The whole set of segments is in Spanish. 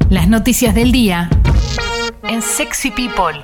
Las noticias del día en Sexy People.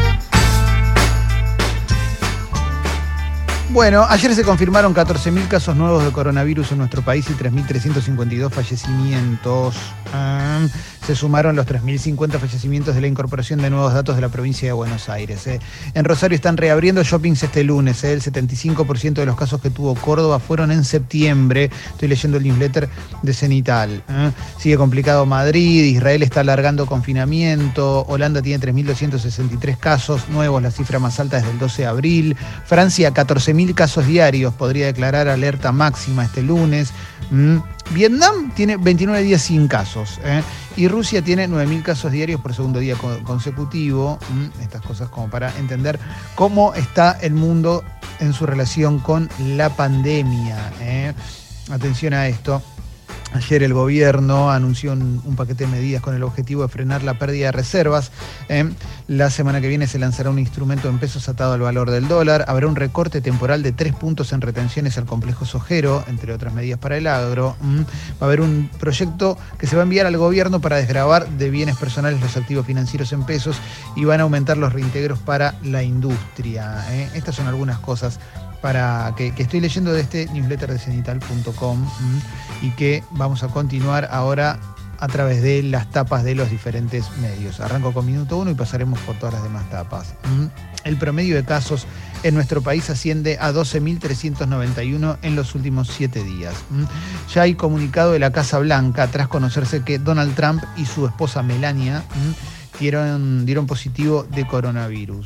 Bueno, ayer se confirmaron 14.000 casos nuevos de coronavirus en nuestro país y 3.352 fallecimientos. Se sumaron los 3.050 fallecimientos de la incorporación de nuevos datos de la provincia de Buenos Aires. En Rosario están reabriendo shoppings este lunes. El 75% de los casos que tuvo Córdoba fueron en septiembre. Estoy leyendo el newsletter de Cenital. Sigue complicado Madrid, Israel está alargando confinamiento, Holanda tiene 3.263 casos nuevos, la cifra más alta desde el 12 de abril. Francia, 14.000 casos diarios, podría declarar alerta máxima este lunes. Vietnam tiene 29 días sin casos, y Rusia tiene 9.000 casos diarios por segundo día consecutivo. Estas cosas como para entender cómo está el mundo en su relación con la pandemia. Atención a esto. Ayer el gobierno anunció un paquete de medidas con el objetivo de frenar la pérdida de reservas. La semana que viene se lanzará un instrumento en pesos atado al valor del dólar. Habrá un recorte temporal de 3 puntos en retenciones al complejo sojero, entre otras medidas para el agro. Va a haber un proyecto que se va a enviar al gobierno para desgravar de bienes personales los activos financieros en pesos y van a aumentar los reintegros para la industria. Estas son algunas cosas para que estoy leyendo de este newsletter de cenital.com y que vamos a continuar ahora a través de las tapas de los diferentes medios. Arranco con minuto 1 y pasaremos por todas las demás tapas. El promedio de casos en nuestro país asciende a 12.391 en los últimos 7 días. Ya hay comunicado de la Casa Blanca tras conocerse que Donald Trump y su esposa Melania dieron positivo de coronavirus.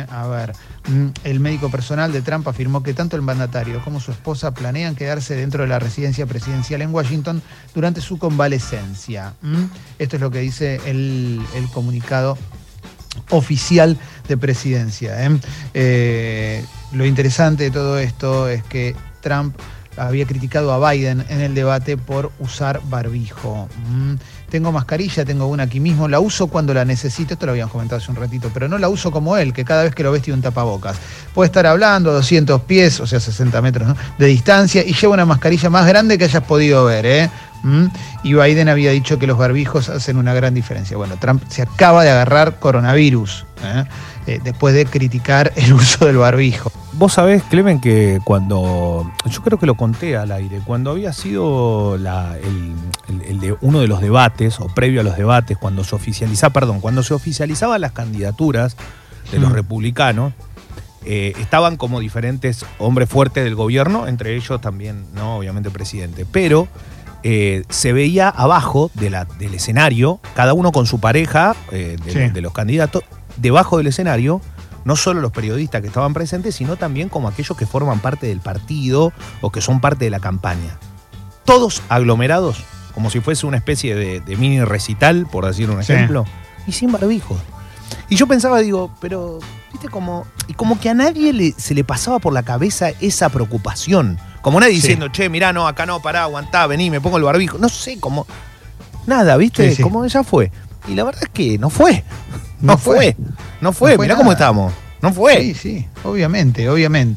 El médico personal de Trump afirmó que tanto el mandatario como su esposa planean quedarse dentro de la residencia presidencial en Washington durante su convalecencia. Esto es lo que dice el comunicado oficial de presidencia. Lo interesante de todo esto es que Trump había criticado a Biden en el debate por usar barbijo. Tengo mascarilla, tengo una aquí mismo, la uso cuando la necesito, esto lo habíamos comentado hace un ratito, pero no la uso como él, que cada vez que lo ves tiene un tapabocas. Puede estar hablando a 200 pies, o sea 60 metros, ¿no?, de distancia, y lleva una mascarilla más grande que hayas podido ver, Y Biden había dicho que los barbijos hacen una gran diferencia. Bueno, Trump se acaba de agarrar coronavirus, después de criticar el uso del barbijo. Vos sabés, Clemen, que yo creo que lo conté al aire, cuando había sido uno de los debates, o previo a los debates, cuando se oficializaban las candidaturas de los republicanos, estaban como diferentes hombres fuertes del gobierno, entre ellos también, no, obviamente, el presidente, pero se veía abajo del escenario, cada uno con su pareja de los candidatos, debajo del escenario, no solo los periodistas que estaban presentes, sino también como aquellos que forman parte del partido o que son parte de la campaña. Todos aglomerados, como si fuese una especie de mini recital, por decir un ejemplo, y sin barbijos. Y yo pensaba, pero, ¿viste? Como que a nadie se le pasaba por la cabeza esa preocupación. Como nadie diciendo, che, mirá, no, acá no, pará, aguantá, vení, me pongo el barbijo. No sé, como nada, ¿viste? Como ya fue. Y la verdad es que no fue. No fue. Mirá cómo estamos. No fue. Sí, obviamente.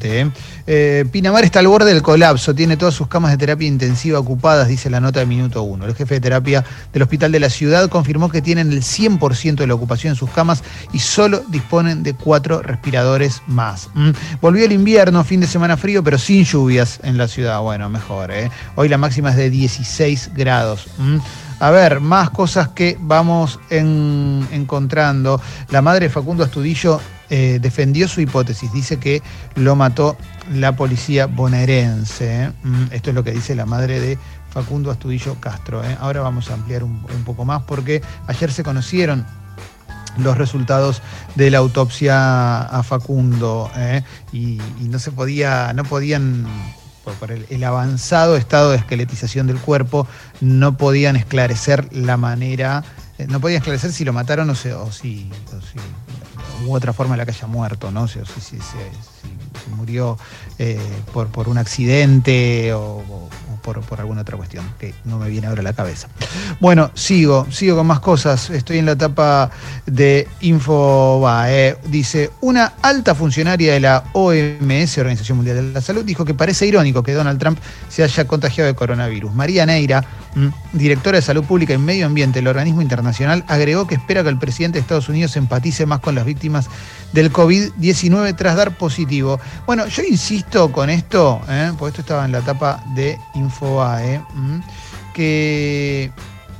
Pinamar está al borde del colapso, tiene todas sus camas de terapia intensiva ocupadas, dice la nota de minuto 1. El jefe de terapia del hospital de la ciudad confirmó que tienen el 100% de la ocupación en sus camas y solo disponen de 4 respiradores más. Volvió el invierno, fin de semana frío, pero sin lluvias en la ciudad. Bueno, mejor, Hoy la máxima es de 16 grados. A ver, más cosas que vamos encontrando. La madre de Facundo Astudillo defendió su hipótesis. Dice que lo mató la policía bonaerense. Esto es lo que dice la madre de Facundo Astudillo Castro. Ahora vamos a ampliar un poco más porque ayer se conocieron los resultados de la autopsia a Facundo y no podían... Por el avanzado estado de esqueletización del cuerpo, no podían esclarecer la manera, no podían esclarecer si lo mataron o si hubo otra forma en la que haya muerto, ¿no? Si murió por un accidente o por alguna otra cuestión que no me viene ahora a la cabeza. Bueno, sigo con más cosas. Estoy en la etapa de Infobae. Dice, una alta funcionaria de la OMS, Organización Mundial de la Salud, dijo que parece irónico que Donald Trump se haya contagiado de coronavirus. María Neira, directora de Salud Pública y Medio Ambiente del organismo internacional, agregó que espera que el presidente de Estados Unidos empatice más con las víctimas del COVID-19 tras dar positivo. Bueno, yo insisto con esto, porque esto estaba en la etapa de Infobae, que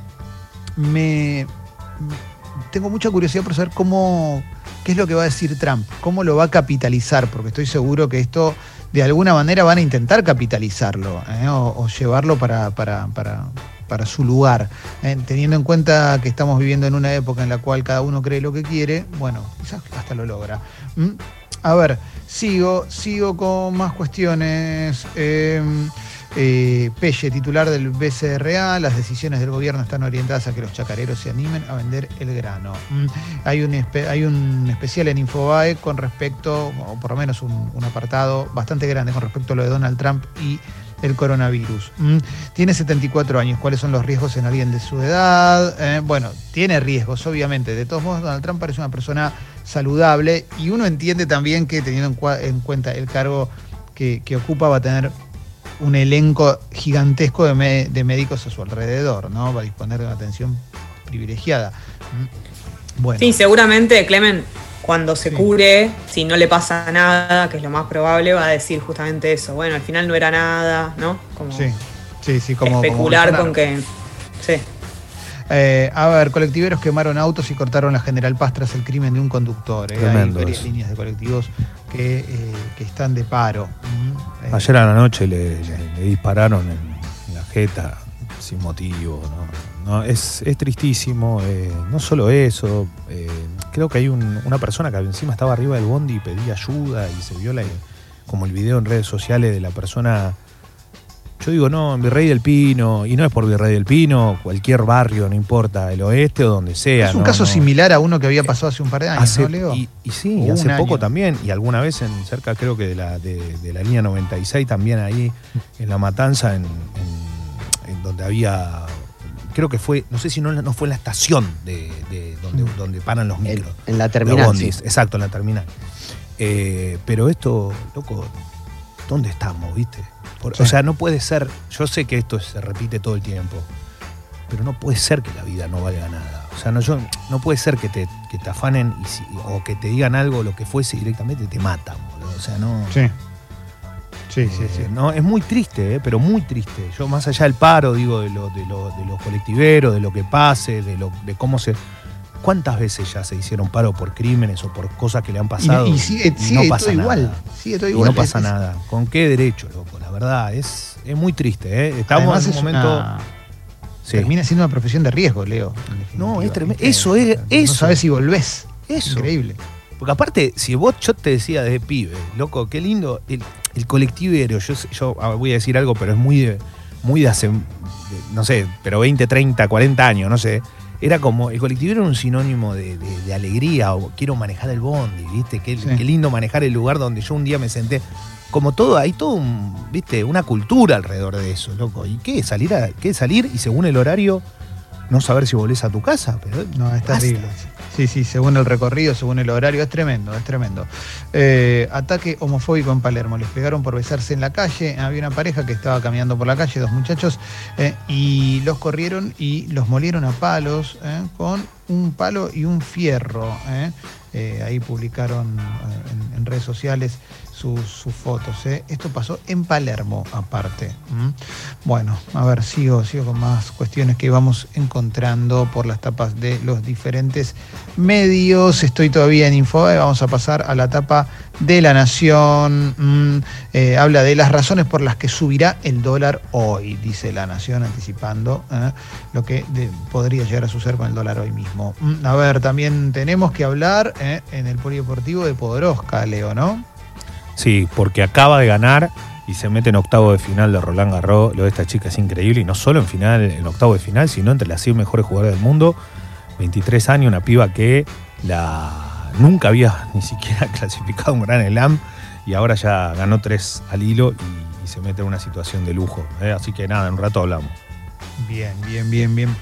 tengo mucha curiosidad por saber qué es lo que va a decir Trump, cómo lo va a capitalizar, porque estoy seguro que esto de alguna manera van a intentar capitalizarlo, o llevarlo para su lugar. Teniendo en cuenta que estamos viviendo en una época en la cual cada uno cree lo que quiere, bueno, quizás hasta lo logra. A ver, sigo con más cuestiones. Pelle, titular del BCRA, las decisiones del gobierno están orientadas a que los chacareros se animen a vender el grano. Hay un especial en Infobae con respecto, o por lo menos un apartado bastante grande con respecto a lo de Donald Trump y el coronavirus. Tiene 74 años. ¿Cuáles son los riesgos en alguien de su edad? Bueno, tiene riesgos, obviamente. De todos modos, Donald Trump parece una persona saludable y uno entiende también que, teniendo en cuenta el cargo que ocupa, va a tener un elenco gigantesco de médicos a su alrededor, ¿no? Va a disponer de una atención privilegiada. Bueno. Sí, seguramente, Clemen, cuando se cure, si no le pasa nada, que es lo más probable, va a decir justamente eso. Bueno, al final no era nada, ¿no? Como como especular con que... Sí. A ver, colectiveros quemaron autos y cortaron la General Paz tras el crimen de un conductor. Hay varias líneas de colectivos que están de paro. Ayer a la noche le dispararon en la jeta sin motivo, ¿no? Es tristísimo. No solo eso, creo que hay una persona que encima estaba arriba del bondi y pedía ayuda y se vio como el video en redes sociales de la persona. Yo digo, no, en Virrey del Pino, y no es por Virrey del Pino, cualquier barrio, no importa, el oeste o donde sea. Es un caso similar a uno que había pasado hace un par de años, ¿no, Leo? Y sí, hace poco también, y alguna vez cerca creo que de la línea 96 también ahí, en La Matanza, en donde había, creo que fue, no sé si no fue en la estación de donde paran los micros. En la terminal, sí. Exacto, en la terminal. Pero esto, loco, ¿dónde estamos, viste? O sea, no puede ser, yo sé que esto se repite todo el tiempo, pero no puede ser que la vida no valga nada. O sea, no puede ser que te afanen o que te digan algo, lo que fuese, y directamente te matan, boludo. O sea, no... Sí. No, es muy triste, pero muy triste. Yo, más allá del paro, digo, de los colectiveros, de lo que pase, de cómo se... ¿Cuántas veces ya se hicieron paro por crímenes o por cosas que le han pasado? Y sigue no pasa todo nada. Igual. Sigue todo y igual. No pasa nada. ¿Con qué derecho, loco? La verdad, es muy triste. Estamos Además, en un momento... Termina siendo una profesión de riesgo, Leo. No, es tremendo. Eso es... No sabes si volvés. Eso. Increíble. Porque aparte, si yo te decía desde pibe, loco, qué lindo, el colectivero, yo voy a decir algo, pero es muy de hace, no sé, pero 20, 30, 40 años, no sé. Era como, el colectivero era un sinónimo de alegría, o quiero manejar el bondi, ¿viste? Qué lindo manejar el lugar donde yo un día me senté. Como todo, hay todo ¿viste? Una cultura alrededor de eso, loco. ¿Y qué? Salir y según el horario no saber si volvés a tu casa. Pero no, es terrible. Sí, según el recorrido, según el horario, es tremendo. Ataque homofóbico en Palermo. Les pegaron por besarse en la calle. Había una pareja que estaba caminando por la calle, dos muchachos, y los corrieron y los molieron a palos con un palo y un fierro. Ahí publicaron en redes sociales sus fotos. Esto pasó en Palermo, aparte. Bueno, a ver, sigo con más cuestiones que vamos encontrando por las tapas de los diferentes medios. Estoy todavía en Infobae, vamos a pasar a la tapa de La Nación. Habla de las razones por las que subirá el dólar hoy, dice La Nación, anticipando lo que podría llegar a suceder con el dólar hoy mismo. A ver, también tenemos que hablar en el polideportivo de Podoroska, Leo, ¿no? Sí, porque acaba de ganar y se mete en octavo de final de Roland Garros. Lo de esta chica es increíble, y no solo en octavo de final, sino entre las 100 mejores jugadoras del mundo. 23 años, una piba que nunca había ni siquiera clasificado un Grand Slam, y ahora ya ganó 3 al hilo y se mete en una situación de lujo. Así que nada, en un rato hablamos. Bien, bien, bien, bien.